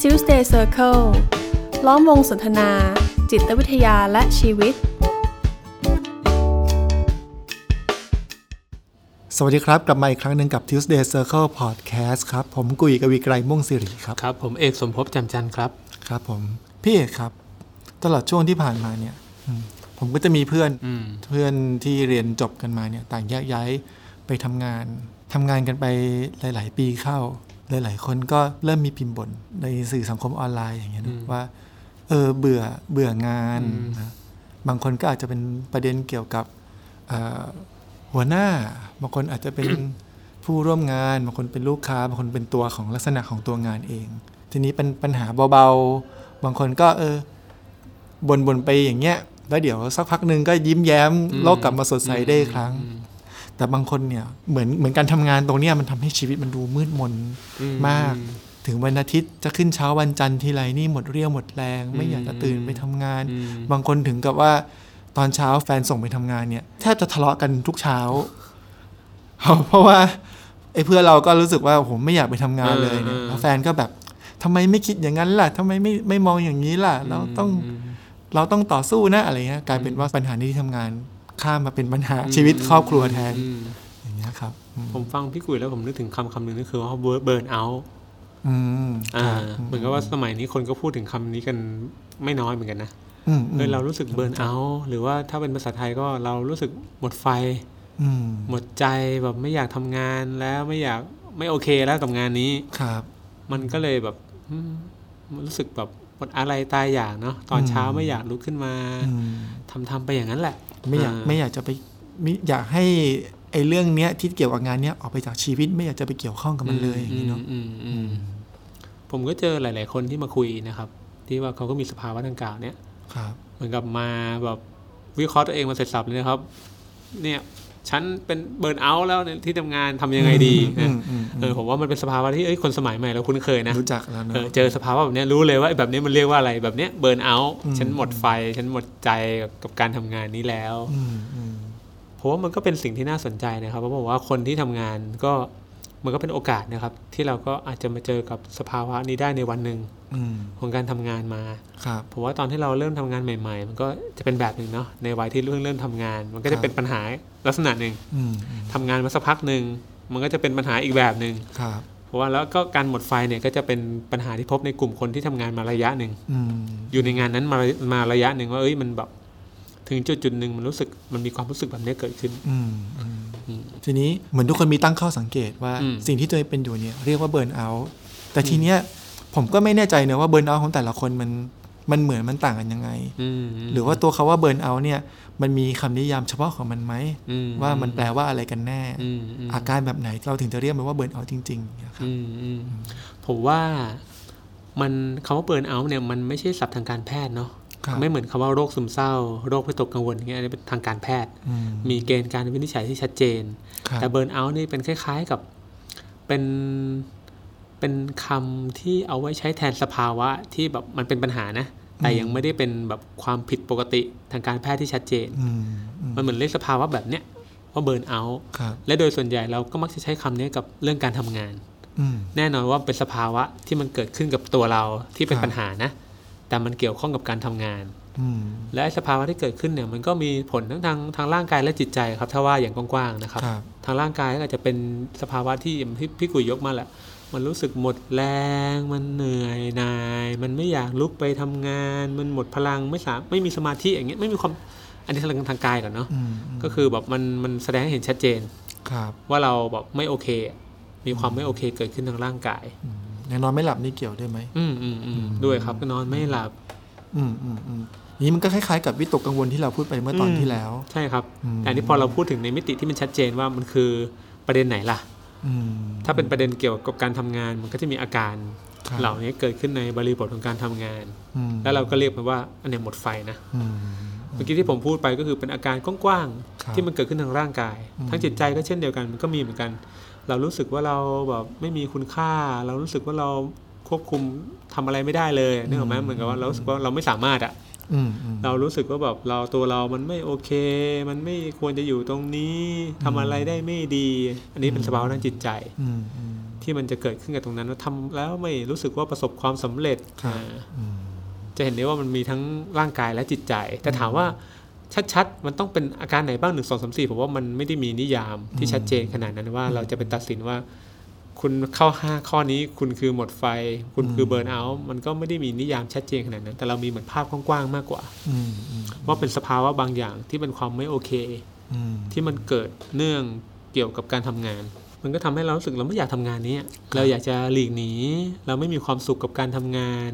Tuesday Circle ล้อมวงสนทนาจิตวิทยาและชีวิตสวัสดีครับกลับมาอีกครั้งหนึ่งกับ Tuesday Circle Podcast ครับผมกุยกวีไกรม่วงศิริครับครับผมเอกสมภพแจ่มจันทร์ครับครับผมพี่เอกครับตลอดช่วงที่ผ่านมาเนี่ยผมก็จะมีเพื่อนที่เรียนจบกันมาเนี่ยต่างแยกย้ายไปทำงานกันไปหลายๆปีเข้าหลายๆคนก็เริ่มมีพิมพ์บ่นในสื่อสังคมออนไลน์อย่างเงี้ยว่าเบื่องานนะบางคนก็อาจจะเป็นประเด็นเกี่ยวกับหัวหน้าบางคนอาจจะเป็น ผู้ร่วมงานบางคนเป็นลูกค้าบางคนเป็นตัวของลักษณะของตัวงานเองทีนี้เป็นปัญหาเบาๆบางคนก็บ่นไปอย่างเงี้ยแล้วเดี๋ยวสักพักนึงก็ยิ้มแย้มโลกกลับมาสดใสได้อีกครั้งแต่บางคนเนี่ยเหมือนการทำงานตรงเนี้ยมันทำให้ชีวิตมันดูมืดมนมากถึงวันอาทิตย์จะขึ้นเช้าวันจันทร์ทีไรนี่หมดเรี่ยวหมดแรงไม่อยากจะตื่นไปทำงานบางคนถึงกับว่าตอนเช้าแฟนส่งไปทำงานเนี่ยแทบจะทะเลาะกันทุกเช้าเพราะว่าไอ้เพื่อนเราก็รู้สึกว่าผมไม่อยากไปทำงานเลยเนี่ยแล้วแฟนก็แบบทำไมไม่คิดอย่างนั้นล่ะทำไมไม่มองอย่างนี้ล่ะเราต้องต่อสู้นะอะไรเงี้ยกลายเป็นว่าปัญหาที่ทำงานข้ามมาเป็นปัญหาชีวิตครอบครัวแทนอย่างเงี้ยครับผมฟังพี่กุยแล้วผมนึกถึงคำนึงนั่นคือว่าเบิร์นเอาท์เหมือนกับว่าสมัยนี้คนก็พูดถึงคำนี้กันไม่น้อยเหมือนกันนะเรารู้สึกเบิร์นเอาท์หรือว่าถ้าเป็นภาษาไทยก็เรารู้สึกหมดไฟหมดใจแบบไม่อยากทำงานแล้วไม่โอเคแล้วกับงานนี้ครับมันก็เลยแบบรู้สึกแบบหมดอะไรตายอยากเนาะตอนเช้าไม่อยากลุกขึ้นมาทำไปอย่างนั้นแหละไม่อยากจะไปอยากให้ไอ้เรื่องเนี้ยที่เกี่ยวกับงานเนี้ยออกไปจากชีวิตไม่อยากจะไปเกี่ยวข้องกับมันเลยอย่างนี้เนาะผมก็เจอหลายๆคนที่มาคุยนะครับที่ว่าเขาก็มีสภาวะดังกล่าวเนี้ยเหมือนกับมาแบบวิเคราะห์ตัวเองมาเสร็จสับเลยนะครับเนี่ยฉันเป็นเบิร์นเอาท์แล้วที่ทำงานทำยังไงดีผมว่ามันเป็นสภาวะที่คนสมัยใหม่เราคุ้นเคยนะรู้จักแล้วนะเจอสภาวะแบบนี้รู้เลยว่าแบบนี้มันเรียกว่าอะไรแบบนี้เบิร์นเอาท์ฉันหมดไฟฉันหมดใจกับการทำงานนี้แล้วเพราะว่ามันก็เป็นสิ่งที่น่าสนใจนะครับเพราะว่าคนที่ทำงานก็มันก็เป็นโอกาสนะครับที่เราก็อาจจะมาเจอกับสภาวะนี้ได้ในวันหนึ่งของการทำงานมาผมว่าตอนที่เราเริ่มทำงานใหม่ๆมันก็จะเป็นแบบหนึ่งเนาะในวัยที่เริ่มทำงานมันก็จะเป็นปัญหาลักษณะหนึ่งทำงานมาสักพักหนึ่งมันก็จะเป็นปัญหาอีกแบบหนึ่งเพราะว่าแล้วก็การหมดไฟเนี่ยก็จะเป็นปัญหาที่พบในกลุ่มคนที่ทำงานมาระยะหนึ่งอยู่ในงานนั้นมาระยะหนึ่งว่ามันแบบถึงจุดหนึ่งมันมีความรู้สึกแบบนี้เกิดขึ้นทีนี้เหมือนทุกคนมีตั้งข้อสังเกตว่าสิ่งที่ตัวเองเป็นอยู่เนี่ยเรียกว่าเบิร์นเอาท์แต่ทีเนี้ยผมก็ไม่แน่ใจนะว่าเบิร์นเอาท์ของแต่ละคนมันเหมือนมันต่างกันยังไงหรือว่าตัวคำว่าเบิร์นเอาท์เนี่ยมันมีคำนิยามเฉพาะของมันไหมว่ามันแปลว่าอะไรกันแน่อาการแบบไหนเราถึงจะเรียกมันว่าเบิร์นเอาท์จริงๆครับผมว่ามันคำว่าเบิร์นเอาท์เนี่ยมันไม่ใช่ศัพท์ทางการแพทย์เนาะไม่เหมือนคำว่าโรคซึมเศร้าโรควิตกกังวลอย่างเงี้ยเป็นทางการแพทย์มีเกณฑ์การวินิจฉัยที่ชัดเจนแต่เบิร์นเอาท์นี่เป็นคล้ายๆกับเป็นคำที่เอาไว้ใช้แทนสภาวะที่แบบมันเป็นปัญหานะแต่ยังไม่ได้เป็นแบบความผิดปกติทางการแพทย์ที่ชัดเจนมันเหมือนเรียกสภาวะแบบเนี้ยว่าเบิร์นเอาท์และโดยส่วนใหญ่เราก็มักจะใช้คำนี้กับเรื่องการทำงานแน่นอนว่าเป็นสภาวะที่มันเกิดขึ้นกับตัวเราที่เป็นปัญหานะแต่มันเกี่ยวข้องกับการทำงานและสภาวะที่เกิดขึ้นเนี่ยมันก็มีผลทั้งทางร่างกายและจิตใจครับถ้าว่าอย่างกว้างๆนะครับทางร่างกายก็อาจจะเป็นสภาวะที่พี่กุยยกมาแหละมันรู้สึกหมดแรงมันเหนื่อยหน่ายมันไม่อยากลุกไปทำงานมันหมดพลังไม่มีสมาธิอย่างเงี้ยไม่มีความอันนี้ทางกายก่อนเนาะก็คือแบบมันแสดงให้เห็นชัดเจนว่าเราแบบไม่โอเคมีความไม่โอเคเกิดขึ้นทางร่างกายนอนไม่หลับนี่เกี่ยวได้ไหมด้วยครับก็นอนไม่หลับนี่มันก็คล้ายๆกับวิตกกังวลที่เราพูดไปเมื่อตอนที่แล้วใช่ครับแต่นี่พอเราพูดถึงในมิติที่มันชัดเจนว่ามันคือประเด็นไหนล่ะถ้าเป็นประเด็นเกี่ยวกับการทำงานมันก็จะมีอาการเหล่านี้เกิดขึ้นในบริบทของการทำงานแล้วเราก็เรียกมันว่าอันนี้หมดไฟนะเมื่อกี้ที่ผมพูดไปก็คือเป็นอาการกว้างๆที่มันเกิดขึ้นทางร่างกายทั้งจิตใจก็เช่นเดียวกันมันก็มีเหมือนกันเรารู้สึกว่าเราแบบไม่มีคุณค่าเรารู้สึกว่าเราควบคุมทำอะไรไม่ได้เลยนึกออกไหมเหมือนกับว่าเรารู้สึกว่าเราไม่สามารถเรารู้สึกว่าแบบตัวเรามันไม่โอเคมันไม่ควรจะอยู่ตรงนี้ทำอะไรได้ไม่ดีอันนี้เป็นสภาวะทางจิตใจที่มันจะเกิดขึ้นกับตรงนั้นว่าทำแล้วไม่รู้สึกว่าประสบความสำเร็จจะเห็นได้ว่ามันมีทั้งร่างกายและจิตใจแต่ถามว่าชัดๆมันต้องเป็นอาการไหนบ้าง1 2 3 4ผมว่ามันไม่ได้มีนิยามที่ชัดเจนขนาดนั้นว่าเราจะเป็นตัดสินว่าคุณเข้า5ข้อนี้คุณคือหมดไฟคุณคือเบิร์นเอาท์มันก็ไม่ได้มีนิยามชัดเจนขนาดนั้นแต่เรามีเหมือนภาพกว้างๆมากกว่าว่าเป็นสภาวะบางอย่างที่เป็นความไม่โอเคที่มันเกิดเนื่องเกี่ยวกับการทำงานมันก็ทำให้เรารู้สึกเราไม่อยากทำงานนี้เราอยากจะหลีกหนีเราไม่มีความสุขกับการทำงาน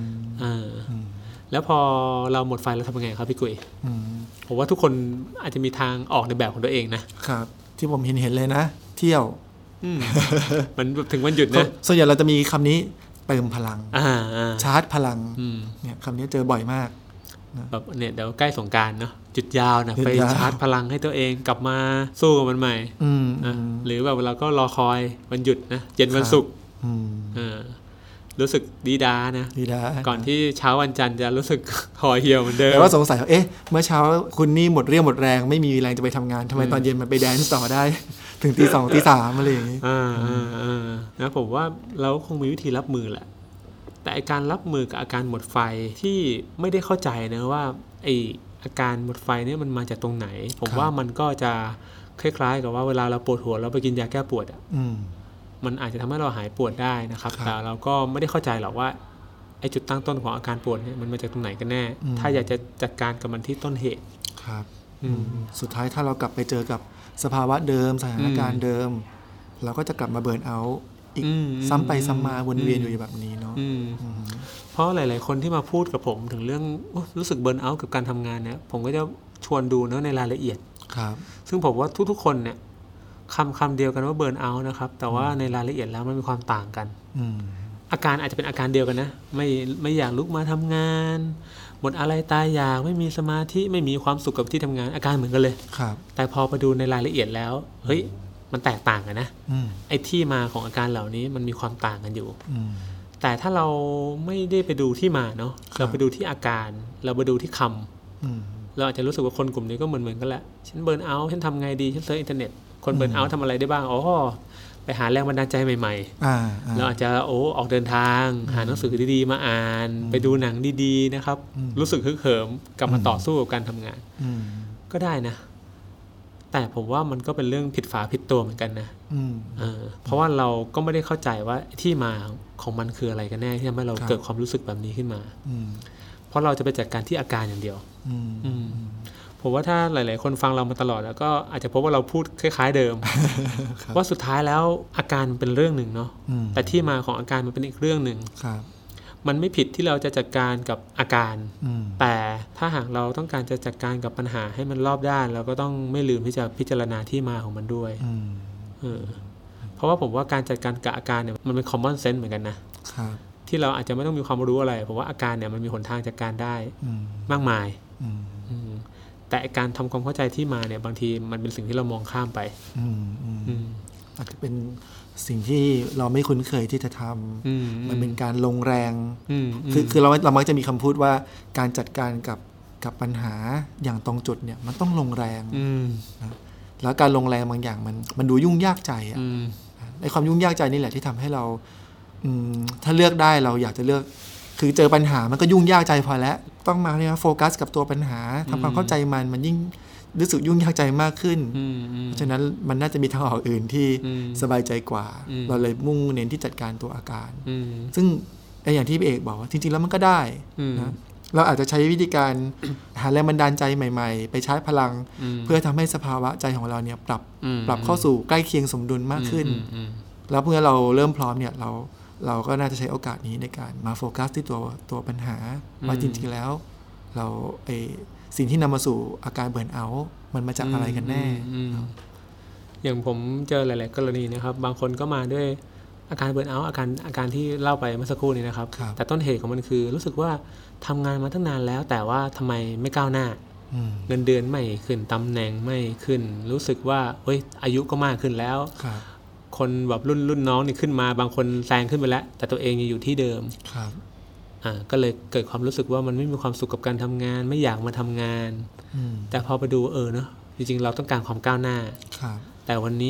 แล้วพอเราหมดไฟเราทำยังไงครับพี่กุ้ยผมว่าทุกคนอาจจะมีทางออกในแบบของตัวเองนะครับที่ผมเห็นเลยนะเที่ยวมันถึงวันหยุดนะส่วนใหญ่เราจะมีคำนี้เติมพลังชาร์จพลังเนี่ยคำนี้เจอบ่อยมากแบบเนี่ยเดี๋ยวใกล้สงกรานต์เนาะจุดยาวนะไปชาร์จพลังให้ตัวเองกลับมาสู้กับมันใหม่หรือแบบเราก็รอคอยวันหยุดนะเย็นวันศุกร์รู้สึกดีดานะก่อนที่เช้าวันจันทร์จะรู้สึกคอเหี่ยวเหมือนเดิมแต่ว่าสงสัยเอ๊ะเมื่อเช้าคุณนี่หมดเรี่ยวหมดแรงไม่มีแรงจะไปทำงานทำไมตอนเย็นมันไปแดนซ์ต่อได้ถึงตี 2 ตี 3อะไรอย่างนี้นะผมว่าเราคงมีวิธีรับมือแหละแต่การรับมือกับอาการหมดไฟที่ไม่ได้เข้าใจนะว่าไออาการหมดไฟเนี่ยมันมาจากตรงไหนผมว่ามันก็จะคล้ายๆกับว่าเวลาเราปวดหัวเราไปกินยาแก้ปวดมันอาจจะทำให้เราหายปวดได้นะครับแต่เราก็ไม่ได้เข้าใจหรอกว่าไอ้จุดตั้งต้นของอาการปวดเนี่ยมันมาจากตรงไหนกันแน่ถ้าอยากจะจัดการกับมันที่ต้นเหตุครับสุดท้ายถ้าเรากลับไปเจอกับสภาวะเดิมสถานการณ์เดิมเราก็จะกลับมาเบิร์นเอาท์อีกซ้ำไปซ้ำมาวนเวียนอยู่แบบนี้เนาะเพราะหลายๆคนที่มาพูดกับผมถึงเรื่องรู้สึกเบิร์นเอาท์กับการทำงานเนี่ยผมก็จะชวนดูเนาะในรายละเอียดครับซึ่งผมว่าทุกๆคนเนี่ยคำเดียวกันว่าเบิร์นเอาท์นะครับแต่ว่าในรายละเอียดแล้วมันมีความต่างกันอาการอาจจะเป็นอาการเดียวกันนะไม่อยากลุกมาทำงานหมดอะไรตายอยากไม่มีสมาธิไม่มีความสุขกับที่ทำงานอาการเหมือนกันเลยแต่พอไปดูในรายละเอียดแล้วเฮ้ยมันแตกต่างกันนะไอ้ที่มาของอาการเหล่านี้มันมีความต่างกันอยู่แต่ถ้าเราไม่ได้ไปดูที่มาเนาะเราไปดูที่อาการเราไปดูที่คำเราอาจจะรู้สึกว่าคนกลุ่มนี้ก็เหมือนกันแหละฉันเบิร์นเอาท์ฉันทำไงดีฉันเซิร์ชอินเทอร์เน็ตคนเบิร์นเอาท์ทำอะไรได้บ้างไปหาแรงบันดาลใจใหม่ๆเราอาจจะออกเดินทางหาหนังสือดีๆมาอ่านไปดูหนังดีๆนะครับรู้สึกฮึกเหิมกลับมาต่อสู้กับการทำงานก็ได้นะแต่ผมว่ามันก็เป็นเรื่องผิดฝาผิดตัวเหมือนกันนะเพราะว่าเราก็ไม่ได้เข้าใจว่าที่มาของมันคืออะไรกันแน่ที่ทำให้เราเกิดความรู้สึกแบบนี้ขึ้นมาเพราะเราจะไปจัดการที่อาการอย่างเดียวผมว่าถ้าหลายๆคนฟังเรามาตลอดแล้วก็อาจจะพบว่าเราพูดคล้ายๆเดิม ว่าสุดท้ายแล้วอาการมันเป็นเรื่องหนึ่งเนาะแต่ที่มาของอาการมันเป็นอีกเรื่องหนึ่งมันไม่ผิดที่เราจะจัดการกับอาการแต่ถ้าหากเราต้องการจะจัดการกับปัญหาให้มันรอบด้านเราก็ต้องไม่ลืมที่จะพิจารณาที่มาของมันด้วยเพราะว่าผมว่าการจัดการกับอาการเนี่ยมันเป็น common sense เหมือนกันนะที่เราอาจจะไม่ต้องมีความรู้อะไรผมว่าอาการเนี่ยมันมีหนทางจัดการได้มากมายแต่การทำความเข้าใจที่มาเนี่ยบางทีมันเป็นสิ่งที่เรามองข้ามไปอาจจะเป็นสิ่งที่เราไม่คุ้นเคยที่จะทำมันเป็นการลงแรงคือเรามักจะมีคำพูดว่าการจัดการกับปัญหาอย่างตรงจุดเนี่ยมันต้องลงแรงนะแล้วการลงแรงบางอย่างมันดูยุ่งยากใจอ่ะในความยุ่งยากใจนี่แหละที่ทำให้เราถ้าเลือกได้เราอยากจะเลือกคือเจอปัญหามันก็ยุ่งยากใจพอแล้วต้องมาเนี่ยโฟกัสกับตัวปัญหาทำความเข้าใจมันยิ่งรู้สึกยุ่งยากใจมากขึ้นเพราะฉะนั้นมันน่าจะมีทางออกอื่นที่สบายใจกว่าเราเลยมุ่งเน้นที่จัดการตัวอาการซึ่งอย่างที่พี่เอกบอกว่าจริงๆแล้วมันก็ได้นะเราอาจจะใช้วิธีการหาแรงบันดาลใจใหม่ๆไปชาร์จพลังเพื่อทำให้สภาวะใจของเราเนี่ยปรับเข้าสู่ใกล้เคียงสมดุลมากขึ้นแล้วเมื่อเราเริ่มพร้อมเนี่ยเราก็น่าจะใช้โอกาสนี้ในการมาโฟกัสที่ตัวปัญหาว่าจริงๆแล้วเราสิ่งที่นำมาสู่อาการเบิร์นเอาท์มันมาจากอะไรกันแน่อย่างผมเจอหลายๆกรณีนะครับบางคนก็มาด้วยอาการเบิร์นเอาท์อาการที่เล่าไปเมื่อสักครู่นี้นะครับแต่ต้นเหตุของมันคือรู้สึกว่าทำงานมาตั้งนานแล้วแต่ว่าทำไมไม่ก้าวหน้าเงินเดือนไม่ขึ้นตำแหน่งไม่ขึ้นรู้สึกว่าเฮ้ยอายุก็มากขึ้นแล้วคนแบบรุ่นน้องนี่ขึ้นมาบางคนแซงขึ้นไปแล้วแต่ตัวเองยังอยู่ที่เดิมก็เลยเกิดความรู้สึกว่ามันไม่มีความสุขกับการทำงานไม่อยากมาทำงานแต่พอไปดูเนาะจริงๆเราต้องการความก้าวหน้าแต่วันนี้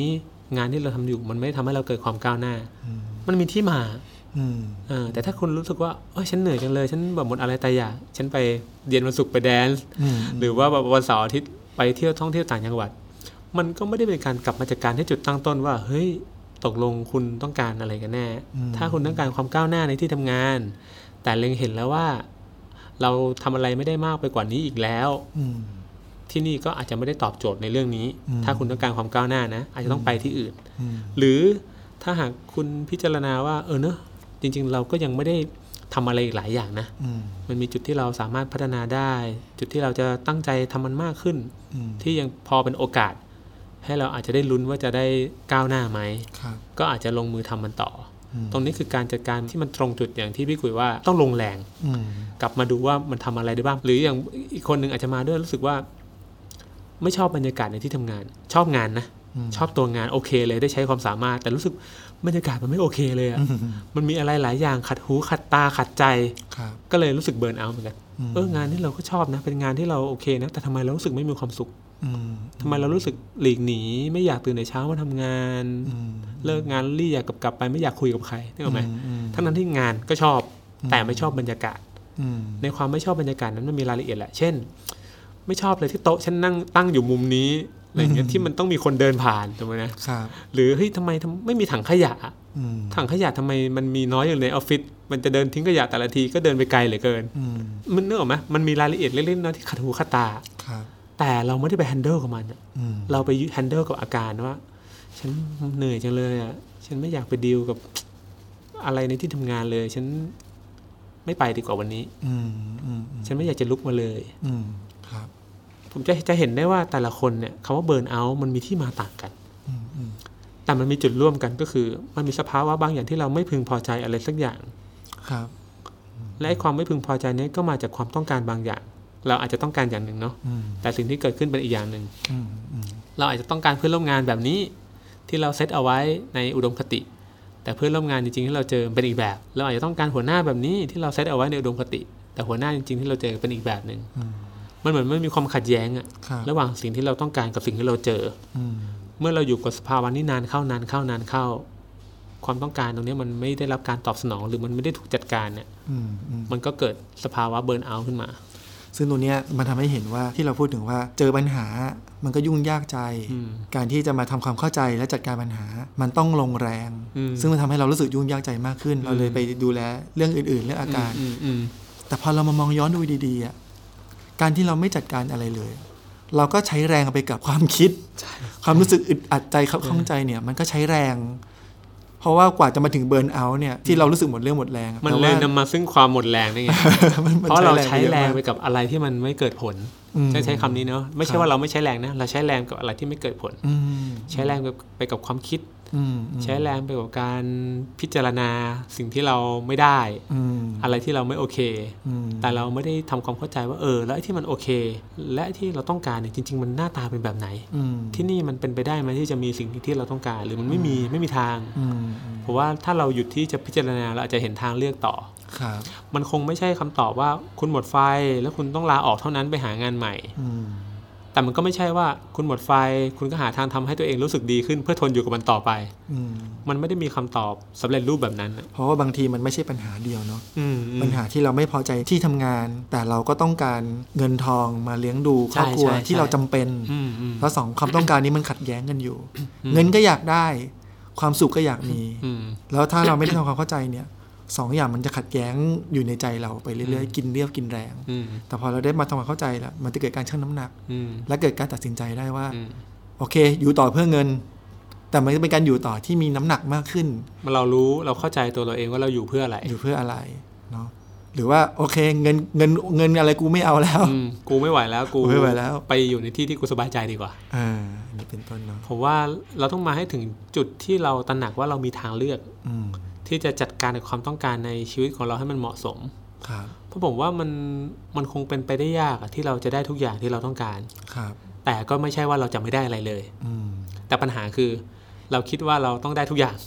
งานที่เราทำอยู่มันไม่ทำให้เราเกิดความก้าวหน้ามันมีที่มาแต่ถ้าคุณรู้สึกว่าฉันเหนื่อยจังเลยฉันแบบหมดอะไรตายอยากฉันไปเย็นวันศุกร์ไปแดนซ์หรือว่าวันเสาร์อาทิตย์ไปเที่ยวท่องเที่ยวต่างจังหวัดมันก็ไม่ได้เป็นการกลับมาจากการที่จุดตั้งต้นว่าเฮ้ยตกลงคุณต้องการอะไรกันแน่ถ้าคุณต้องการความก้าวหน้าในที่ทำงานแต่เล็งเห็นแล้วว่าเราทำอะไรไม่ได้มากไปกว่านี้อีกแล้วที่นี่ก็อาจจะไม่ได้ตอบโจทย์ในเรื่องนี้ถ้าคุณต้องการความก้าวหน้านะอาจจะต้องไปที่อื่นหรือถ้าหากคุณพิจารณาว่าเนอะจริงๆเราก็ยังไม่ได้ทำอะไรอีกหลายอย่างนะมันมีจุดที่เราสามารถพัฒนาได้จุดที่เราจะตั้งใจทำมันมากขึ้นที่ยังพอเป็นโอกาสให้เราอาจจะได้ลุ้นว่าจะได้ก้าวหน้าไหมก็อาจจะลงมือทำมันต่อตรงนี้คือการจัดการที่มันตรงจุดอย่างที่พี่คุยว่าต้องลงแรงกลับมาดูว่ามันทำอะไรได้บ้างหรืออย่างอีกคนหนึ่งอาจจะมาด้วยรู้สึกว่าไม่ชอบบรรยากาศในที่ทำงานชอบงานนะชอบตัวงานโอเคเลยได้ใช้ความสามารถแต่รู้สึกบรรยากาศมันไม่โอเคเลยอะมันมีอะไรหลายอย่างขัดหูขัดตาขัดใจก็เลยรู้สึกเบิร์นเอาท์เหมือนกันงานที่เราก็ชอบนะเป็นงานที่เราโอเคนะแต่ทำไมเรารู้สึกไม่มีความสุขทำไมเรารู้สึกหลีกหนีไม่อยากตื่นในเช้ามาทำงานเลิกงานรีบอยากกลับไปไม่อยากคุยกับใครนึกออกไหมทั้งนั้นที่งานก็ชอบแต่ไม่ชอบบรรยากาศในความไม่ชอบบรรยากาศนั้นมันมีรายละเอียดแหละเช่นไม่ชอบเลยที่โต๊ะฉันนั่งตั้งอยู่มุมนี้อะไรเงี้ยที่มันต้องมีคนเดินผ่านถูกไหมนะหรือเฮ้ยทำไมไม่มีถังขยะถังขยะทำไมมันมีน้อยอยู่ในออฟฟิศมันจะเดินทิ้งขยะแต่ละทีก็เดินไปไกลเหลือเกินมันนึกออกไหมมันมีรายละเอียดเล็กๆน้อยๆที่ขัดหูขัดตาแต่เราไม่ได้ไปแฮนเดิลกับมันเราไปแฮนเดิลกับอาการว่าฉันเหนื่อยจังเลยอ่ะฉันไม่อยากไปดีลกับอะไรในที่ทำงานเลยฉันไม่ไปดีกว่าวันนี้ฉันไม่อยากจะลุกมาเลยผมจะเห็นได้ว่าแต่ละคนเนี่ยคำว่าเบิร์นเอาท์มันมีที่มาต่างกันแต่มันมีจุดร่วมกันก็คือมันมีสภาวะบางอย่างที่เราไม่พึงพอใจอะไรสักอย่างและความไม่พึงพอใจนี้ก็มาจากความต้องการบางอย่างเราอาจจะต้องการอย่างหนึ่งเนาะแต่สิ่งที่เกิดขึ้นเป็นอีกอย่างหนึ่งเราอาจจะต้องการเพื่อนร่วมงานแบบนี้ที่เราเซตเอาไว้ในอุดมคติแต่เพื่อนร่วมงานจริงๆที่เราเจอเป็นอีกแบบเราอาจจะต้องการหัวหน้าแบบนี้ที่เราเซตเอาไว้ในอุดมคติแต่หัวหน้าจริงๆที่เราเจอเป็นอีกแบบนึงมันเหมือนไม่มีความขัดแย้งอะระหว่างสิ่งที่เราต้องการกับสิ่งที่เราเจอเมื่อเราอยู่กับสภาวะนี้นานเข้าความต้องการตรงนี้มันไม่ได้รับการตอบสนองหรือมันไม่ได้ถูกจัดการเนี่ยมันก็เกิดสภาวะเบิร์นเอาท์ขึ้นมาซึ่งตัวนี้มันทำให้เห็นว่าที่เราพูดถึงว่าเจอปัญหามันก็ยุ่งยากใจการที่จะมาทำความเข้าใจและจัดการปัญหามันต้องลงแรงซึ่งมันทำให้เรารู้สึกยุ่งยากใจมากขึ้นเราเลยไปดูแลเรื่องอื่นๆเรื่องอาการแต่พอเรามามองย้อนดูดีๆการที่เราไม่จัดการอะไรเลยเราก็ใช้แรงไปกับความคิดความรู้สึกอึดอัดใจข้องใจเนี่ยมันก็ใช้แรงเพราะว่ากว่าจะมาถึงเบิร์นเอาท์เนี่ยที่เรารู้สึกหมดเรื่องหมดแรงมันเลยนำมาซึ่งความหมดแรงได้ไง เพราะเราใช้แรงไปกับอะไรที่มันไม่เกิดผลใช้คำนี้เนาะไม่ใช่ว่าเราไม่ใช้แรงนะเราใช้แรงกับอะไรที่ไม่เกิดผลใช้แรงไปกับความคิดใช้แรงไปกับการพิจารณาสิ่งที่เราไม่ได้อะไรที่เราไม่โอเคแต่เราไม่ได้ทำความเข้าใจว่าแล้วไอ้ที่มันโอเคและที่เราต้องการเนี่ยจริงๆมันหน้าตาเป็นแบบไหนที่นี่มันเป็นไปได้ไหมที่จะมีสิ่งที่เราต้องการหรือมันไม่มีทางเพราะว่าถ้าเราหยุดที่จะพิจารณาเราอาจจะเห็นทางเลือกต่อมันคงไม่ใช่คำตอบว่าคุณหมดไฟแล้วคุณต้องลาออกเท่านั้นไปหางานใหม่แต่มันก็ไม่ใช่ว่าคุณหมดไฟคุณก็หาทางทำให้ตัวเองรู้สึกดีขึ้นเพื่อทนอยู่กับมันต่อไปมันไม่ได้มีคำตอบสำเร็จรูปแบบนั้นเพราะว่าบางทีมันไม่ใช่ปัญหาเดียวเนาะปัญหาที่เราไม่พอใจที่ทำงานแต่เราก็ต้องการเงินทองมาเลี้ยงดูครอบครัวที่เราจำเป็นแล้วสองความต้องการนี้มันขัดแย้งกันอยู่เงินก็อยากได้ความสุขก็อยากมีแล้วถ้าเราไม่ได้ทำความเข้าใจเนี่ยสองอย่างมันจะขัดแย้งอยู่ในใจเราไปเรื่อยๆกินเรียบกินแรงแต่พอเราได้มาทำความเข้าใจแล้วมันจะเกิดการชั่งน้ำหนักและเกิดการตัดสินใจได้ว่าโอเคอยู่ต่อเพื่อเงินแต่มันเป็นการอยู่ต่อที่มีน้ำหนักมากขึ้นเราเข้าใจตัวเราเองว่าเราอยู่เพื่ออะไรเนาะหรือว่าโอเคเงินอะไรกูไม่เอาแล้วกูไม่ไหวแล้วไปอยู่ในที่ที่กูสบายใจดีกว่านี่เป็นต้นเนาะผมว่าเราต้องมาให้ถึงจุดที่เราตระหนักว่าเรามีทางเลือกที่จะจัดการกับความต้องการในชีวิตของเราให้มันเหมาะสมเพราะผมว่ามันคงเป็นไปได้ยากที่เราจะได้ทุกอย่างที่เราต้องการแต่ก็ไม่ใช่ว่าเราจะไม่ได้อะไรเลยแต่ปัญหาคือเราคิดว่าเราต้องได้ทุกอย่าง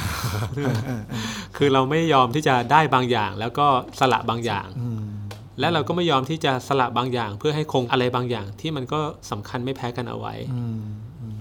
คือเราไม่ยอมที่จะได้บางอย่างแล้วก็สละบางอย่างและเราก็ไม่ยอมที่จะสละบางอย่างเพื่อให้คงอะไรบางอย่างที่มันก็สำคัญไม่แพ้กันเอาไว้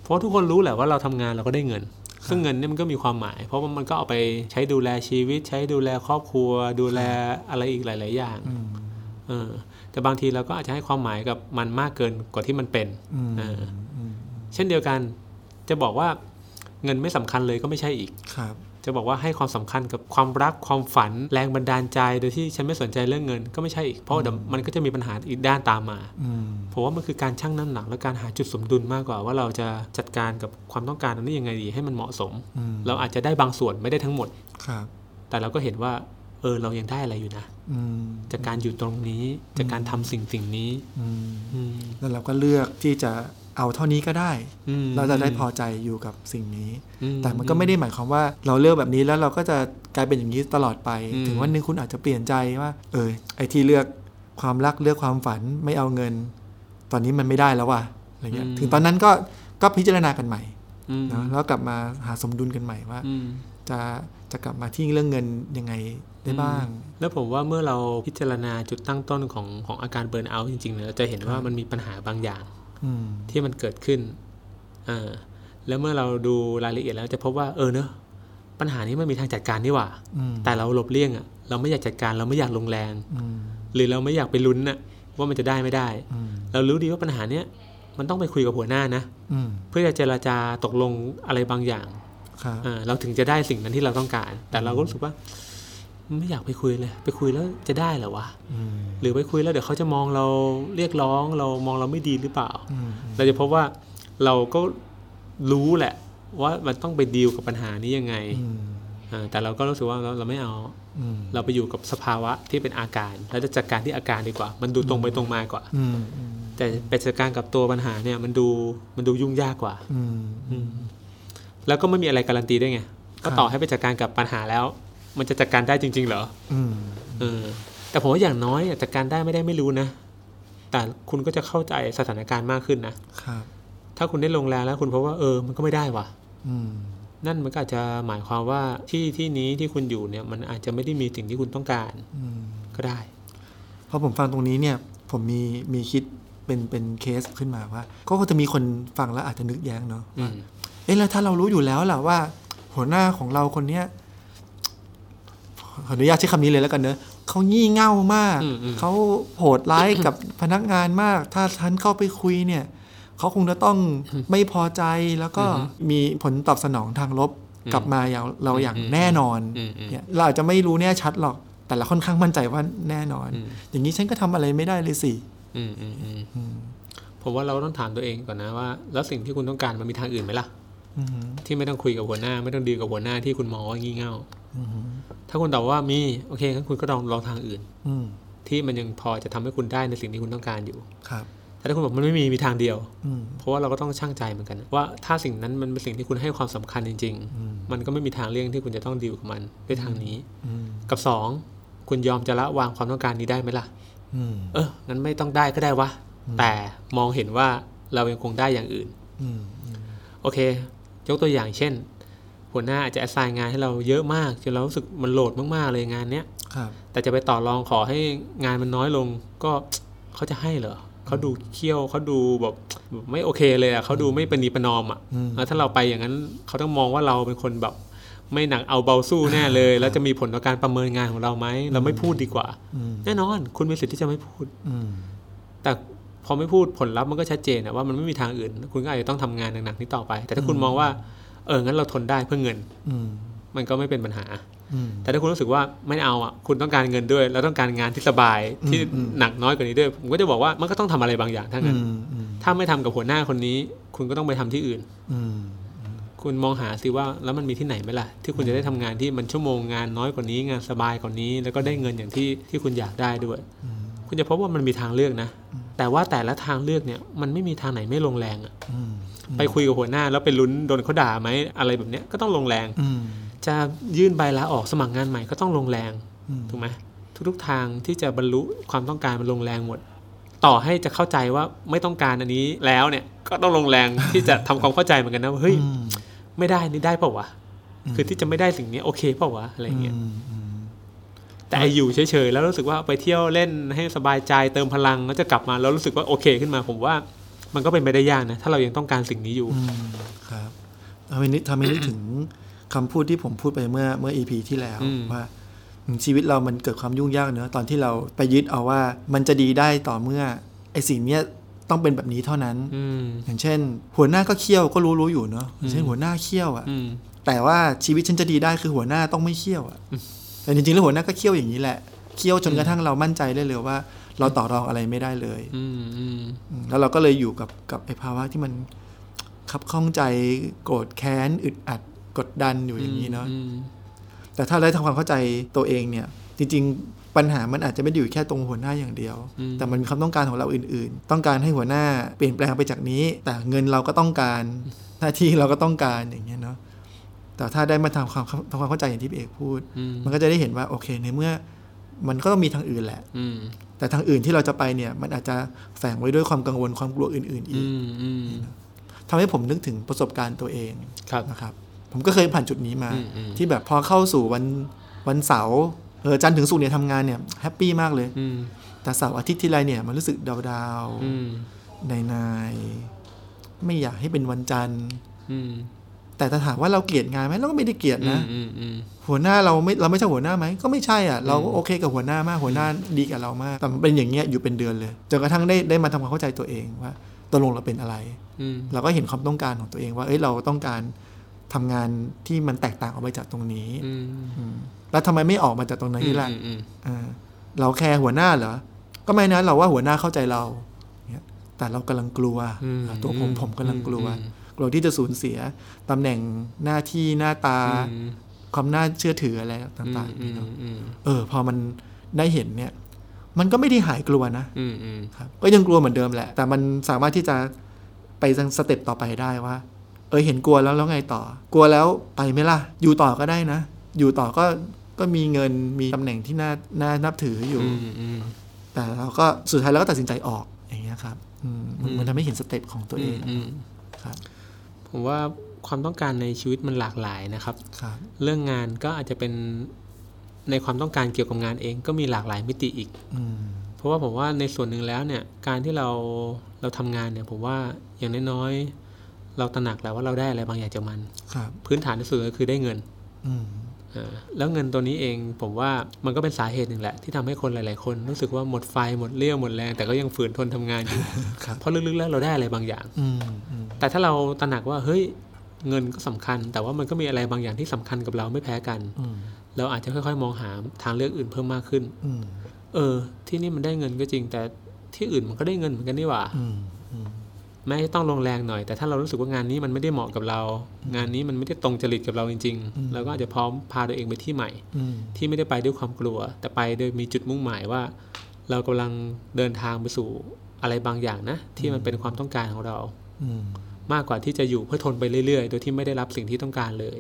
เพราะทุกคนรู้แหละว่าเราทำงานเราก็ได้เงินซึ่งเงินเนี่ยมันก็มีความหมายเพราะว่ามันก็เอาไปใช้ดูแลชีวิตใช้ดูแลครอบครัวดูแลอะไรอีกหลายๆอย่างแต่บางทีเราก็อาจจะให้ความหมายกับมันมากเกินกว่าที่มันเป็นเช่นเดียวกันจะบอกว่าเงินไม่สำคัญเลยก็ไม่ใช่อีกจะบอกว่าให้ความสำคัญกับความรักความฝันแรงบันดาลใจโดยที่ฉันไม่สนใจเรื่องเงินก็ไม่ใช่อีกเพราะเดี๋ยวมันก็จะมีปัญหาอีกด้านตามมาเพราะว่ามันคือการชั่งน้ำหนักและการหาจุดสมดุลมากกว่าว่าเราจะจัดการกับความต้องการนั้นยังไงดีให้มันเหมาะสมเราอาจจะได้บางส่วนไม่ได้ทั้งหมดแต่เราก็เห็นว่าเรายังได้อะไรอยู่นะจากการอยู่ตรงนี้จากการทำสิ่งนี้แล้วเราก็เลือกที่จะเอาเท่านี้ก็ได้เราจะได้พอใจอยู่กับสิ่งนี้แต่มันก็ไม่ได้หมายความว่าเราเลือกแบบนี้แล้วเราก็จะกลายเป็นอย่างนี้ตลอดไปถึงวันนึงคุณอาจจะเปลี่ยนใจว่าไอ้ที่เลือกความรักเลือกความฝันไม่เอาเงินตอนนี้มันไม่ได้แล้วว่ะอะไรเงี้ยถึงตอนนั้นก็พิจารณากันใหม่นะแล้วกลับมาหาสมดุลกันใหม่ว่าจะกลับมาที่เรื่องเงินยังไงได้บ้างแล้วผมว่าเมื่อเราพิจารณาจุดตั้งต้นของอาการเบิร์นเอาท์จริงๆเราจะเห็นว่ามันมีปัญหาบางอย่างที่มันเกิดขึ้นแล้วเมื่อเราดูรายละเอียดแล้วจะพบว่าเนอะปัญหานี้มันมีทางจัดการนี่หว่าแต่เราหลบเลี่ยงเราไม่อยากจัดการเราไม่อยากลงแรงหรือเราไม่อยากไปลุ้นว่ามันจะได้ไม่ได้เรารู้ดีว่าปัญหาเนี้ยมันต้องไปคุยกับหัวหน้านะเพื่อจะเจรจาตกลงอะไรบางอย่างเราถึงจะได้สิ่งนั้นที่เราต้องการแต่เราก็รู้สึกว่าไม่อยากไปคุยเลยไปคุยแล้วจะได้เหรอวะหรือไปคุยแล้วเดี๋ยวเขาจะมองเราเรียกร้องเรามองเราไม่ดีหรือเปล่าเราจะพบว่าเราก็รู้แหละว่ามันต้องไปดีลกับปัญหานี้ยังไงแต่เราก็รู้สึกว่าเราไม่เอาเราไปอยู่กับสภาวะที่เป็นอาการแล้วจะจัดการที่อาการดีกว่ามันดูตรงไปตรงมากว่าแต่ไปจัดการกับตัวปัญหาเนี่ยมันดูยุ่งยากกว่าแล้วก็ไม่มีอะไรการันตีได้ไงก็ต่อให้ไปจัดการกับปัญหาแล้วมันจะจัดการได้จริงๆเหรอแต่ผมว่าอย่างน้อยจัดการได้ไม่ได้ไม่รู้นะแต่คุณก็จะเข้าใจสถานการณ์มากขึ้นนะครับถ้าคุณได้ลงแรงแล้วคุณพบว่ามันก็ไม่ได้ว่ะนั่นมันก็อาจจะหมายความว่าที่นี้ที่คุณอยู่เนี่ยมันอาจจะไม่ได้มีสิ่งที่คุณต้องการก็ได้พอผมฟังตรงนี้เนี่ยผมมีคิดเป็นเคสขึ้นมาว่าก็จะมีคนฟังแล้วอาจจะนึกแย้งเนาะแล้วถ้าเรารู้อยู่แล้วแหละว่าหัวหน้าของเราคนเนี้ยขออนุญาตใช้คำนี้เลยแล้วกันเนอะเขางี่เง่ามากเขาโหดร้ายกับพนักงานมากถ้าฉันเข้าไปคุยเนี่ยเขาคงจะต้องไม่พอใจแล้วก็มีผลตอบสนองทางลบกลับมาอย่างเราอย่างแน่นอนเนี่ยเราอาจจะไม่รู้แน่ชัดหรอกแต่เราค่อนข้างมั่นใจว่าแน่นอนอย่างนี้ฉันก็ทำอะไรไม่ได้เลยสิผมว่าเราต้องถามตัวเองก่อนนะว่าแล้วสิ่งที่คุณต้องการมันมีทางอื่นไหมล่ะที่ไม่ต้องคุยกับหัวหน้าไม่ต้องดีลกับหัวหน้าที่คุณมองว่างี่เง่าถ้าคุณตอบว่ามีโอเคงั้นคุณก็ลองทางอื่นที่มันยังพอจะทำให้คุณได้ในสิ่งที่คุณต้องการอยู่แต่ถ้าคุณบอกมันไม่มีทางเดียวเพราะว่าเราก็ต้องชั่งใจเหมือนกันว่าถ้าสิ่งนั้นมันเป็นสิ่งที่คุณให้ความสำคัญจริงๆมันก็ไม่มีทางเลี่ยงที่คุณจะต้องดีลกับมันด้วยทางนี้กับ2คุณยอมจะละวางความต้องการนี้ได้ไหมล่ะงั้นไม่ต้องได้ก็ได้วะแต่มองเห็นว่าเรายังคงได้อย่างอื่นโอเคยกตัวอย่างเช่นหัวหน้าอาจจะ assign งานให้เราเยอะมากจนเรารู้สึกมันโหลดมากๆเลยงานเนี้ยแต่จะไปต่อรองขอให้งานมันน้อยลงก็เขาจะให้เหรอเขาดูเคี่ยวเขาดูแบบไม่โอเคเลยเขาดูไม่ประนีประนอมถ้าเราไปอย่างนั้นเขาต้องมองว่าเราเป็นคนแบบไม่หนักเอาเบาสู้แน่เลยแล้วจะมีผลต่อการประเมินงานของเราไหมเราไม่พูดดีกว่าแน่นอนคุณมีสิทธิ์ที่จะไม่พูดแต่พอไม่พูดผลลัพธ์มันก็ชัดเจนว่ามันไม่มีทางอื่นคุณก็อาจจะต้องทำงานหนักๆนี้ต่อไปแต่ถ้าคุณมองว่างั้นเราทนได้เพื่อเงินมันก็ไม่เป็นปัญหาแต่ถ้าคุณรู้สึกว่าไม่เอาคุณต้องการเงินด้วยแล้วต้องการงานที่สบายที่หนักน้อยกว่านี้ด้วยผมก็จะบอกว่ามันก็ต้องทำอะไรบางอย่างทั้งนั้นถ้าไม่ทำกับหัวหน้าคนนี้คุณก็ต้องไปทำที่อื่นคุณมองหาสิว่าแล้วมันมีที่ไหนไหมล่ะที่คุณจะได้ทำงานที่มันชั่วโมงงานน้อยกว่านี้งานสบายกว่านี้แล้วก็ได้เงินอย่างที่คุณอยากได้ด้วยคุณจะพบว่ามันมีทางเลือกนะแต่ว่าแต่ละทางเลือกเนี่ยมันไม่มีทางไหนไม่ลงแรงไปคุยกับหัวหน้าแล้วไปลุ้นโดนเขาด่าไหมอะไรแบบเนี้ยก็ต้องลงแรงจะยื่นใบลาออกสมัครงานใหม่ก็ต้องลงแรงถูกไหมทุกๆทางที่จะบรรลุความต้องการมันลงแรงหมดต่อให้จะเข้าใจว่าไม่ต้องการอันนี้แล้วเนี่ยก็ต้องลงแรงที่จะทำความเข้าใจเหมือนกันนะว่าเฮ้ยไม่ได้นี่ได้เปล่าวะคือที่จะไม่ได้สิ่งนี้โอเคเปล่าวะอะไรเงี้ยแต่อยู่เฉยๆแล้วรู้สึกว่าไปเที่ยวเล่นให้สบายใจเติมพลังแล้วจะกลับมาแล้วรู้สึกว่าโอเคขึ้นมาผมว่ามันก็เป็นไปได้ยากนะถ้าเรายังต้องการสิ่งนี้อยู่ครับทำให้นึกถึงคำพูดที่ผมพูดไปเมื่อ EP ที่แล้วว่าชีวิตเรามันเกิดความยุ่งยากเนอะตอนที่เราไปยึดเอาว่ามันจะดีได้ต่อเมื่อไอ้สิ่งเนี้ยต้องเป็นแบบนี้เท่านั้นอย่างเช่นหัวหน้าก็เคี่ยวก็รู้อยู่เนอะอย่างเช่นหัวหน้าเคี่ยวอ่ะแต่ว่าชีวิตฉันจะดีได้คือหัวหน้าต้องไม่เคี่ยวอ่ะแต่จริงๆแล้วหัวหน้าก็เคี่ยวอย่างนี้แหละเคี่ยวจนกระทั่งเรามั่นใจได้เลยว่าเราต่อรองอะไรไม่ได้เลยแล้วเราก็เลยอยู่กับไอ้ภาวะที่มันคับข้องใจโกรธแค้นอึดอัดกดดันอยู่อย่างนี้เนาะแต่ถ้าได้ทำความเข้าใจตัวเองเนี่ยจริงๆปัญหามันอาจจะไม่ได้อยู่แค่ตรงหัวหน้าอย่างเดียวแต่มันมีความต้องการของเราอื่นๆต้องการให้หัวหน้าเปลี่ยนแปลงไปจากนี้แต่เงินเราก็ต้องการหน้าที่เราก็ต้องการอย่างเงี้ยเนาะแต่ถ้าได้มาทำความเข้าใจอย่างที่พี่เอกพูดมันก็จะได้เห็นว่าโอเคในเมื่อมันก็ต้องมีทางอื่นแหละแต่ทางอื่นที่เราจะไปเนี่ยมันอาจจะแฝงไว้ด้วยความกังวลความกลัวอื่นๆอีกทำให้ผมนึกถึงประสบการณ์ตัวเองนะครับผมก็เคยผ่านจุดนี้มาที่แบบพอเข้าสู่วันเสาร์จันทร์ถึงศุกร์เนี่ยทำงานเนี่ยแฮปปี้มากเลยแต่เสาร์อาทิตย์ที่ไรเนี่ยมันรู้สึกดาวๆนายไม่อยากให้เป็นวันจันทร์แต่ถ้าถามว่าเราเกลียดงานไหมเราก็ไม่ได้เกลียดนะหัวหน้าเราไม่ใช่หัวหน้าไหมก็ไม่ใช่อ่ะเราก็โอเคกับหัวหน้ามากหัวหน้าดีกับเรามากแต่มันเป็นอย่างเงี้ยอยู่เป็นเดือนเลยจนกระทั่งได้มาทำความเข้าใจตัวเองว่าตกลงเราเป็นอะไรเราก็เห็นความต้องการของตัวเองว่าเราต้องการทำงานที่มันแตกต่างออกไปจากตรงนี้แล้วทำไมไม่ออกมาจากตรงนี้ล่ะเราแคร์หัวหน้าเหรอก็ไม่นะเราว่าหัวหน้าเข้าใจเราแต่เรากำลังกลัวตัวผมกำลังกลัวที่จะสูญเสียตำแหน่งหน้าที่หน้าตาความน่าเชื่อถืออะไรต่างๆนี่เนาะพอมันได้เห็นเนี่ยมันก็ไม่ได้หายกลัวนะครับก็ยังกลัวเหมือนเดิมแหละแต่มันสามารถที่จะไปสเต็ปต่อไปได้ว่าเห็นกลัวแล้วไงต่อกลัวแล้วไปไหมล่ะอยู่ต่อก็ได้นะอยู่ต่อก็มีเงินมีตำแหน่งที่น่านับถืออยู่แต่เราก็สุดท้ายเราก็ตัดสินใจออกอย่างเงี้ยครับมันทำให้เห็นสเต็ปของตัวเองครับผมว่าความต้องการในชีวิตมันหลากหลายนะครับเรื่องงานก็อาจจะเป็นในความต้องการเกี่ยวกับงานเองก็มีหลากหลายมิติอีกเพราะว่าผมว่าในส่วนหนึ่งแล้วเนี่ยการที่เราทำงานเนี่ยผมว่าอย่างน้อยๆเราตระหนักแล้วว่าเราได้อะไรบางอย่างจากมันพื้นฐานที่สุดก็คือได้เงินแล้วเงินตัวนี้เองผมว่ามันก็เป็นสาเหตุหนึ่งแหละที่ทำให้คนหลายๆคนรู้สึกว่าหมดไฟหมดเรี่ยวหมดแรงแต่ก็ยังฝืนทนทำงานอยู่ เพราะลึกๆแล้วเราได้อะไรบางอย่างแต่ถ้าเราตระหนักว่าเฮ้ยเงินก็สำคัญแต่ว่ามันก็มีอะไรบางอย่างที่สำคัญกับเราไม่แพ้กันเราอาจจะค่อยๆมองหาทางเลือกอื่นเพิ่มมากขึ้นที่นี่มันได้เงินก็จริงแต่ที่อื่นมันก็ได้เงินเหมือนกันนี่หว่าแม้ต้องลงแรงหน่อยแต่ถ้าเรารู้สึกว่างานนี้มันไม่ได้เหมาะกับเรางานนี้มันไม่ได้ตรงจริตกับเราจริงๆเราก็อาจจะพร้อมพาตัวเองไปที่ใหม่ที่ไม่ได้ไปด้วยความกลัวแต่ไปโดยมีจุดมุ่งหมายว่าเรากำลังเดินทางไปสู่อะไรบางอย่างนะที่มันเป็นความต้องการของเรามากกว่าที่จะอยู่เพื่อทนไปเรื่อยๆโดยที่ไม่ได้รับสิ่งที่ต้องการเลย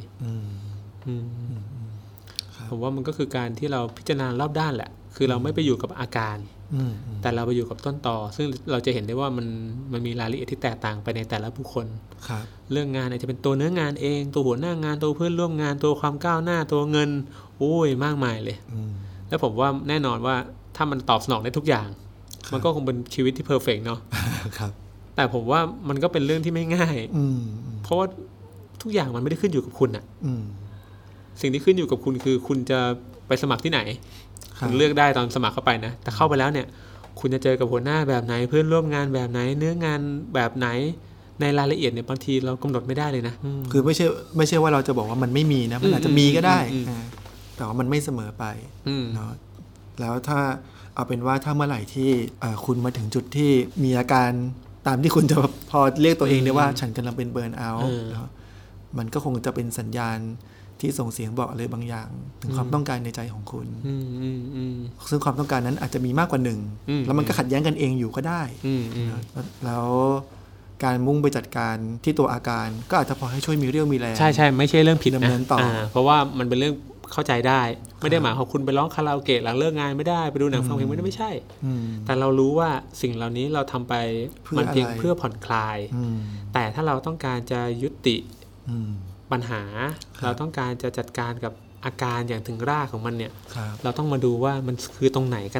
ผมว่ามันก็คือการที่เราพิจารณารอบด้านแหละคือเราไม่ไปอยู่กับอาการแต่เราไปอยู่กับต้นตอซึ่งเราจะเห็นได้ว่ามันมีรายละเอียดที่แตกต่างไปในแต่ละบุคคลเรื่องงานอาจจะเป็นตัวเนื้องานเองตัวหัวหน้างานตัวเพื่อนร่วมงานตัวความก้าวหน้าตัวเงินโอ้ยมากมายเลยแล้วผมว่าแน่นอนว่าถ้ามันตอบสนองได้ทุกอย่างมันก็คงเป็นชีวิตที่เพอร์เฟกต์เนาะแต่ผมว่ามันก็เป็นเรื่องที่ไม่ง่ายเพราะว่าทุกอย่างมันไม่ได้ขึ้นอยู่กับคุณอะสิ่งที่ขึ้นอยู่กับคุณคือคุณจะไปสมัครที่ไหนคุณเลือกได้ตอนสมัครเข้าไปนะแต่เข้าไปแล้วเนี่ยคุณจะเจอกับหัวหน้าแบบไหนเพื่อนร่วมงานแบบไหนเนื้องานแบบไหนในรายละเอียดเนี่ยบางทีเรากำหนดไม่ได้เลยนะคือไม่ใช่ว่าเราจะบอกว่ามันไม่มีนะมันอาจจะมีก็ได้แต่ว่ามันไม่เสมอไปเนาะแล้วถ้าเอาเป็นว่าถ้าเมื่อไหร่ที่คุณมาถึงจุดที่มีอาการตามที่คุณจะพอเรียกตัวเองได้ว่าฉันกำลังเป็นเบิร์นเอาท์มันก็คงจะเป็นสัญญาณที่ส่งเสียงบอกอะไรบางอย่างถึงความต้องการในใจของคุณซึ่งความต้องการนั้นอาจจะมีมากกว่าหนึ่งแล้วมันก็ขัดแย้งกันเองอยู่ก็ได้แล้วการมุ่งไปจัดการที่ตัวอาการก็อาจจะพอให้ช่วยมีเรี่ยวมีแรงใช่ๆไม่ใช่เรื่องผิดดำเนินต่อเพราะว่ามันเป็นเรื่องเข้าใจได้ไม่ได้หมายความคุณไปร้องคาราโอเกะหลังเลิกงานไม่ได้ไปดูหนังฟังเพลงไม่ใช่แต่เรารู้ว่าสิ่งเหล่านี้เราทำไปมันเพียงเพื่อผ่อนคลายแต่ถ้าเราต้องการจะยุติปัญหาเราต้องการจะจัดการกับอาการอย่างถึงรากของมันเนี่ยเราต้องมาดูว่ามันคือตรงไหนกันล่ะ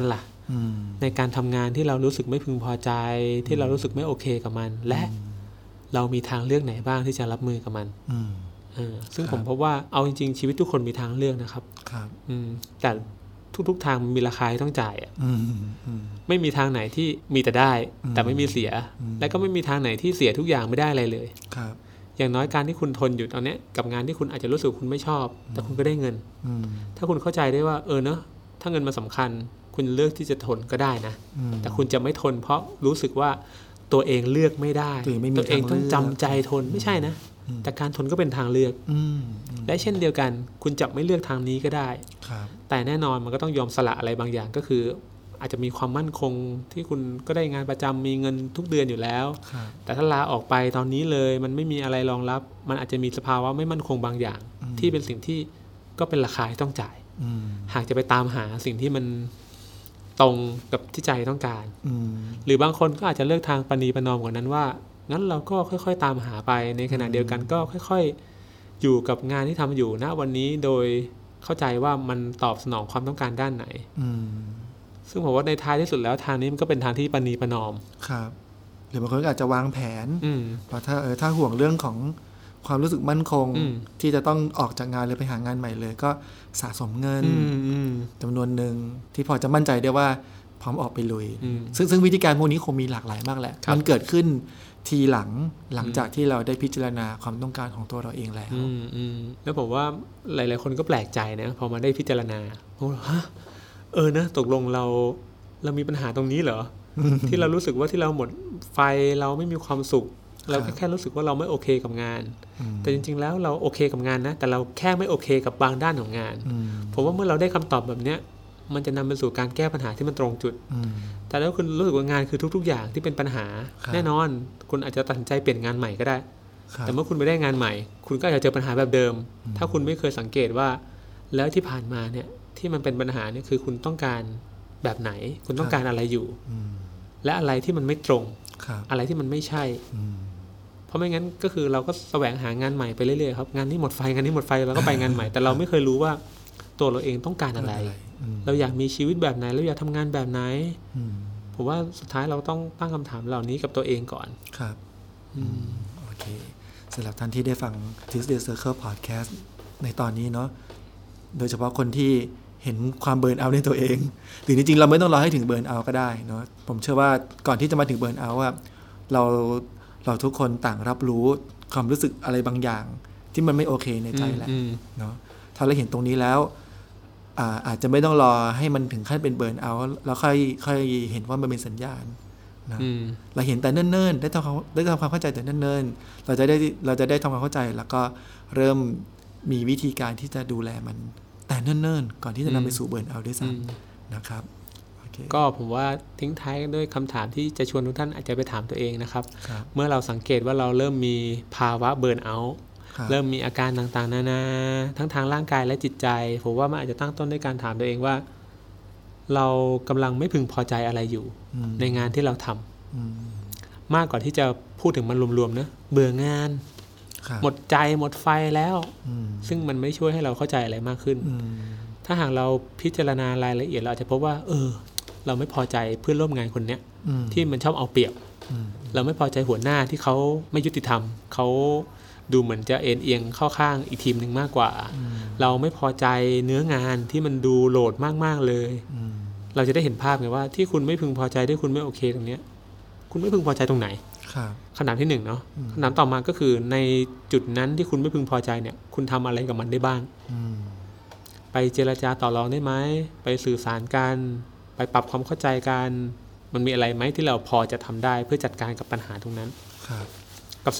ในการทำงานที่เรารู้สึกไม่พึงพอใจที่เรารู้สึกไม่โอเคกับมันและเรามีทางเลือกไหนบ้างที่จะรับมือกับมันซึ่งผมพบว่าเอาจริงๆชีวิตทุกคนมีทางเลือกนะครับแต่ทุกๆทางมีราคาที่ต้องจ่ายไม่มีทางไหนที่มีแต่ได้แต่ไม่มีเสียและก็ไม่มีทางไหนที่เสียทุกอย่างไม่ได้อะไรเลยอย่างน้อยการที่คุณทนอยู่ตอนนี้กับงานที่คุณอาจจะรู้สึกคุณไม่ชอบแต่คุณก็ได้เงินถ้าคุณเข้าใจได้ว่าเนอะถ้าเงินมันสำคัญคุณเลือกที่จะทนก็ได้นะแต่คุณจะไม่ทนเพราะรู้สึกว่าตัวเองเลือกไม่ได้ตัวเองต้องจำใจทนไม่ใช่นะแต่การทนก็เป็นทางเลือกและเช่นเดียวกันคุณจะไม่เลือกทางนี้ก็ได้แต่แน่นอนมันก็ต้องยอมสละอะไรบางอย่างก็คืออาจจะมีความมั่นคงที่คุณก็ได้งานประจำมีเงินทุกเดือนอยู่แล้วแต่ถ้าลาออกไปตอนนี้เลยมันไม่มีอะไรรองรับมันอาจจะมีสภาวะไม่มั่นคงบางอย่างที่เป็นสิ่งที่ก็เป็นราคาที่ต้องจ่ายหากจะไปตามหาสิ่งที่มันตรงกับที่ใจต้องการหรือบางคนก็อาจจะเลือกทางปณีประนอมกว่านั้นว่างั้นเราก็ค่อยๆตามหาไปในขณะเดียวกันก็ค่อยๆอยู่กับงานที่ทำอยู่ณวันนี้โดยเข้าใจว่ามันตอบสนองความต้องการด้านไหนซึ่งผมว่าในท้ายที่สุดแล้วทางนี้มันก็เป็นทางที่ปณีประนอมครับหรือบางคนก็อาจจะวางแผนเพราะถ้าห่วงเรื่องของความรู้สึกมั่นคงที่จะต้องออกจากงานหรือไปหางานใหม่เลยก็สะสมเงินจำนวนหนึ่งที่พอจะมั่นใจได้ว่าพร้อมออกไปลุยซึ่งวิธีการพวกนี้คงมีหลากหลายมากแหละมันเกิดขึ้นทีหลังจากที่เราได้พิจารณาความต้องการของตัวเราเองแล้วแล้วผมว่าหลายๆคนก็แปลกใจนะพอมาได้พิจารณาฮะนะตกลงเรามีปัญหาตรงนี้เหรอ ที่เรารู้สึกว่าที่เราหมดไฟเราไม่มีความสุขเราแค่รู้สึกว่าเราไม่โอเคกับงานแต่จริงๆแล้วเราโอเคกับงานนะแต่เราแค่ไม่โอเคกับบางด้านของงานผมว่าเมื่อเราได้คำตอบแบบเนี้ยมันจะนำไปสู่การแก้ปัญหาที่มันตรงจุดแต่ถ้าคุณรู้สึกว่างานคือทุกๆอย่างที่เป็นปัญหาแน่นอนคุณอาจจะตัดสินใจเปลี่ยนงานใหม่ก็ได้แต่เมื่อคุณไปได้งานใหม่คุณก็อาจจะเจอปัญหาแบบเดิมถ้าคุณไม่เคยสังเกตว่าแล้วที่ผ่านมาเนี่ยที่มันเป็นปัญหาเนี่ยคือคุณต้องการแบบไหนคุณต้องการอะไรอยู่และอะไรที่มันไม่ตรงอะไรที่มันไม่ใช่เพราะไม่งั้นก็คือเราก็แสวงหางานใหม่ไปเรื่อยๆครับงานนี้หมดไฟงานนี้หมดไฟเราก็ไปงานใหม่แต่เราไม่เคยรู้ว่าตัวเราเองต้องการอะไรเราอยากมีชีวิตแบบไหนเราอยากทำงานแบบไหนผมว่าสุดท้ายเราต้องตั้งคำถามเหล่านี้กับตัวเองก่อนครับโอเคสำหรับท่านที่ได้ฟัง Tuesday Circle Podcast ในตอนนี้เนาะโดยเฉพาะคนที่เห็นความเบิร์นเอาท์ในตัวเองหรือจริงๆเราไม่ต้องรอให้ถึงเบิร์นเอาท์ก็ได้เนาะผมเชื่อว่าก่อนที่จะมาถึงเบิร์นเอาท์เราทุกคนต่างรับรู้ความรู้สึกอะไรบางอย่างที่มันไม่โอเคในใจแหละเนาะถ้าเราเห็นตรงนี้แล้วอาจจะไม่ต้องรอให้มันถึงขั้นเป็นเบิร์นเอาท์แล้วค่อยเห็นว่ามันเป็นสัญญาณนะเราเห็นแต่เนิ่นๆได้ทำความเข้าใจแต่เนิ่นๆเราจะได้ทำความเข้าใจแล้วก็เริ่มมีวิธีการที่จะดูแลมันแต่เนิ่นๆก่อนที่จะนำไปสู่เบิร์นเอาท์ด้วยซ้ำนะครับก็ผมว่าทิ้งท้ายด้วยคำถามที่จะชวนทุกท่านอาจจะไปถามตัวเองนะครับเมื่อเราสังเกตว่าเราเริ่มมีภาวะเบิร์นเอาท์เริ่มมีอาการต่างๆนานาทั้งทางร่างกายและจิตใจผมว่ามันอาจจะตั้งต้นด้วยการถามตัวเองว่าเรากำลังไม่พึงพอใจอะไรอยู่ในงานที่เราทำมากกว่าที่จะพูดถึงมันรวมๆนะเบื่องานหมดใจหมดไฟแล้วซึ่งมันไม่ช่วยให้เราเข้าใจอะไรมากขึ้นถ้าหากเราพิจารณารายละเอียดเราอาจจะพบว่าเราไม่พอใจเพื่อนร่วมงานคนเนี้ยที่มันชอบเอาเปรียบเราไม่พอใจหัวหน้าที่เขาไม่ยุติธรรมเขาดูเหมือนจะเอียงเข้าข้างอีกทีมนึงมากกว่าเราไม่พอใจเนื้องานที่มันดูโหลดมากๆเลยเราจะได้เห็นภาพไงว่าที่คุณไม่พึงพอใจที่คุณไม่โอเคตรงเนี้ยคุณไม่พึงพอใจตรงไหนคำถามที่1เนาะคำถามต่อมาก็คือในจุดนั้นที่คุณไม่พึงพอใจเนี่ยคุณทำอะไรกับมันได้บ้างไปเจรจาต่อรองได้ไหมไปสื่อสารกันไปปรับความเข้าใจกันมันมีอะไรไหมที่เราพอจะทำได้เพื่อจัดการกับปัญหาตรงนั้นกับ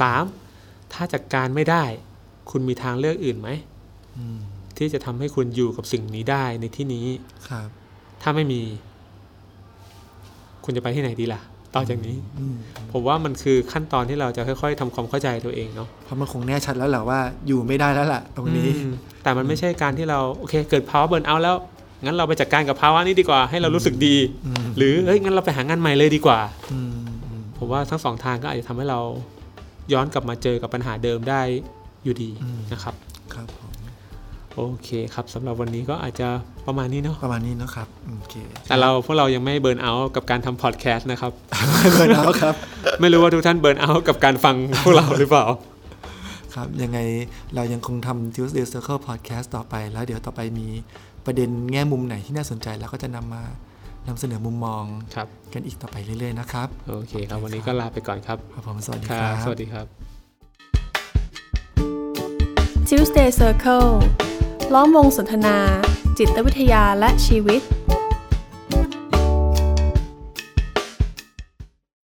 3ถ้าจัดการไม่ได้คุณมีทางเลือกอื่นไหมที่จะทำให้คุณอยู่กับสิ่งนี้ได้ในที่นี้ถ้าไม่มีคุณจะไปที่ไหนดีล่ะต่อจากนี้ผมว่ามันคือขั้นตอนที่เราจะค่อยๆทำความเข้าใจตัวเองเนาะเพราะมันคงแน่ชัดแล้วแหละว่าอยู่ไม่ได้แล้วล่ะตรงนี้แต่มันไม่ใช่การที่เราโอเคเกิดภาวะเบิร์นเอาท์แล้วงั้นเราไปจัดการกับภาวะนี้ดีกว่าให้เรารู้สึกดีหรืองั้นเราไปหางานใหม่เลยดีกว่าผมว่าทั้ง2ทางก็อาจจะทำให้เราย้อนกลับมาเจอกับปัญหาเดิมได้อยู่ดีนะครับครับโอโอเคครับสำหรับวันนี้ก็อาจจะประมาณนี้เนาะครับโอเคแต่พวกเรายังไม่เบิร์นเอาท์กับการทำพอดแคสต์นะครับเบิร์นเอาท์ครับไม่รู้ว่าทุกท่านเบิร์นเอาท์กับการฟังพวกเราหรือเปล่าครับยังไงเรายังคงทำ Tuesday Circle Podcast ต่อไปแล้วเดี๋ยวต่อไปมีประเด็นแง่มุมไหนที่น่าสนใจแล้วก็จะนำเสนอมุมมองกันอีกต่อไปเรื่อยๆนะครับโอเคครับวันนี้ก็ลาไปก่อนครับครับผมสวัสดีครับสวัสดีครับ Tuesday Circle ล้อมวงสนทนาจิตวิทยาและชีวิต